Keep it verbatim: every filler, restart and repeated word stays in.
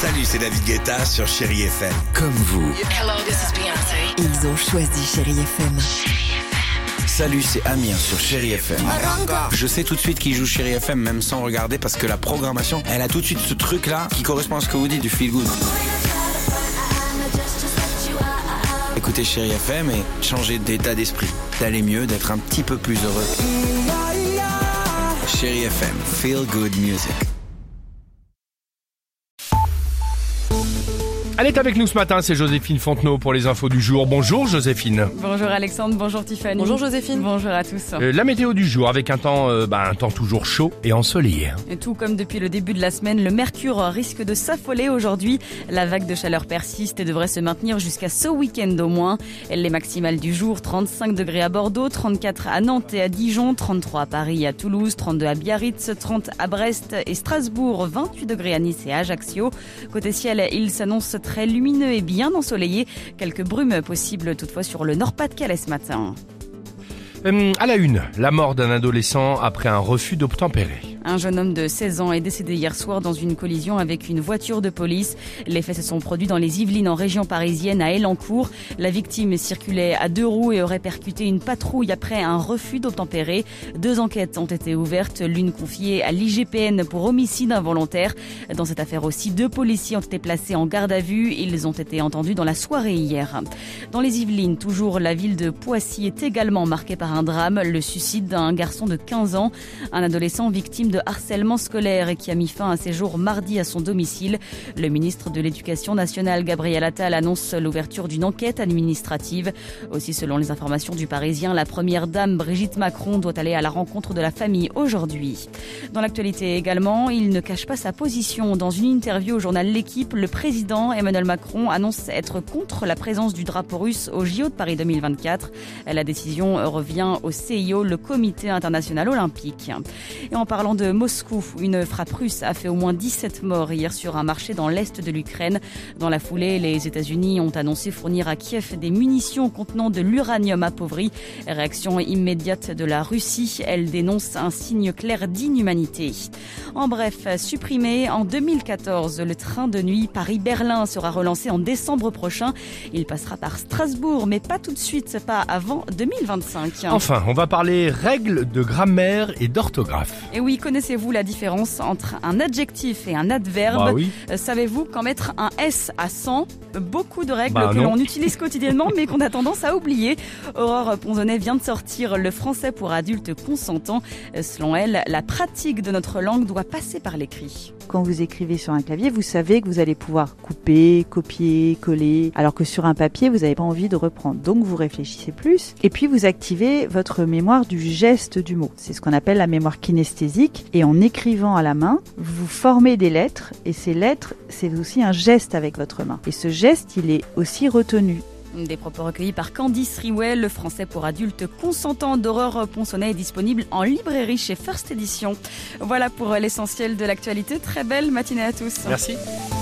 Salut, c'est David Guetta sur Chérie F M. Comme vous. Hello, this is Beyoncé. Ils ont choisi Chérie F M. Salut, c'est Amir sur Chérie F M. Je sais tout de suite qui joue Chérie F M, même sans regarder, parce que la programmation, elle a tout de suite ce truc-là qui correspond à ce que vous dites, du feel good. Écoutez Chérie F M et changez d'état d'esprit, d'aller mieux, d'être un petit peu plus heureux. Chérie F M, feel good music. Elle est avec nous ce matin, c'est Joséphine Fontenot pour les infos du jour. Bonjour Joséphine. Bonjour Alexandre, bonjour Tiffany. Bonjour Joséphine. Bonjour à tous. Euh, la météo du jour avec un temps, euh, bah, un temps toujours chaud et ensoleillé. Et tout comme depuis le début de la semaine, le mercure risque de s'affoler aujourd'hui. La vague de chaleur persiste et devrait se maintenir jusqu'à ce week-end au moins. Les maximales du jour, trente-cinq degrés à Bordeaux, trente-quatre à Nantes et à Dijon, trente-trois à Paris et à Toulouse, trente-deux à Biarritz, trente à Brest et Strasbourg, vingt-huit degrés à Nice et à Ajaccio. Côté ciel, il s'annonce très lumineux et bien ensoleillé. Quelques brumes possibles toutefois sur le Nord-Pas-de-Calais ce matin. Euh, à la une, la mort d'un adolescent après un refus d'obtempérer. Un jeune homme de seize ans est décédé hier soir dans une collision avec une voiture de police. Les faits se sont produits dans les Yvelines en région parisienne à Elancourt. La victime circulait à deux roues et aurait percuté une patrouille après un refus d'obtempérer. Deux enquêtes ont été ouvertes, l'une confiée à l'I G P N pour homicide involontaire. Dans cette affaire aussi, deux policiers ont été placés en garde à vue. Ils ont été entendus dans la soirée hier. Dans les Yvelines, toujours la ville de Poissy est également marquée par un drame, le suicide d'un garçon de quinze ans, un adolescent victime de harcèlement scolaire et qui a mis fin à ses jours mardi à son domicile. Le ministre de l'Éducation nationale, Gabriel Attal, annonce l'ouverture d'une enquête administrative. Aussi, selon les informations du Parisien, la première dame Brigitte Macron doit aller à la rencontre de la famille aujourd'hui. Dans l'actualité également, il ne cache pas sa position. Dans une interview au journal L'Équipe, le président Emmanuel Macron annonce être contre la présence du drapeau russe au J O de Paris deux mille vingt-quatre. La décision revient au C I O, le Comité international olympique. Et en parlant de Moscou, une frappe russe a fait au moins dix-sept morts hier sur un marché dans l'est de l'Ukraine. Dans la foulée, les États-Unis ont annoncé fournir à Kiev des munitions contenant de l'uranium appauvri. Réaction immédiate de la Russie, elle dénonce un signe clair d'inhumanité. En bref, supprimé en deux mille quatorze, le train de nuit Paris-Berlin sera relancé en décembre prochain. Il passera par Strasbourg, mais pas tout de suite, pas avant deux mille vingt-cinq. Enfin, on va parler règles de grammaire et d'orthographe. Et oui, connaissez-vous la différence entre un adjectif et un adverbe? Bah oui. Euh, Savez-vous qu'en mettre un S à cent, beaucoup de règles Bah que non. l'on utilise quotidiennement mais qu'on a tendance à oublier. Aurore Ponzonnet vient de sortir le français pour adultes consentants. Euh, Selon elle, la pratique de notre langue doit passer par l'écrit. Quand vous écrivez sur un clavier, vous savez que vous allez pouvoir couper, copier, coller, alors que sur un papier, vous n'avez pas envie de reprendre. Donc vous réfléchissez plus et puis vous activez votre mémoire du geste du mot. C'est ce qu'on appelle la mémoire kinesthésique. Et en écrivant à la main, vous formez des lettres et ces lettres, c'est aussi un geste avec votre main. Et ce geste, il est aussi retenu. Des propos recueillis par Candice Riouet. Le français pour adultes consentants d'Aurore Ponzonnet est disponible en librairie chez First Edition. Voilà pour l'essentiel de l'actualité. Très belle matinée à tous. Merci.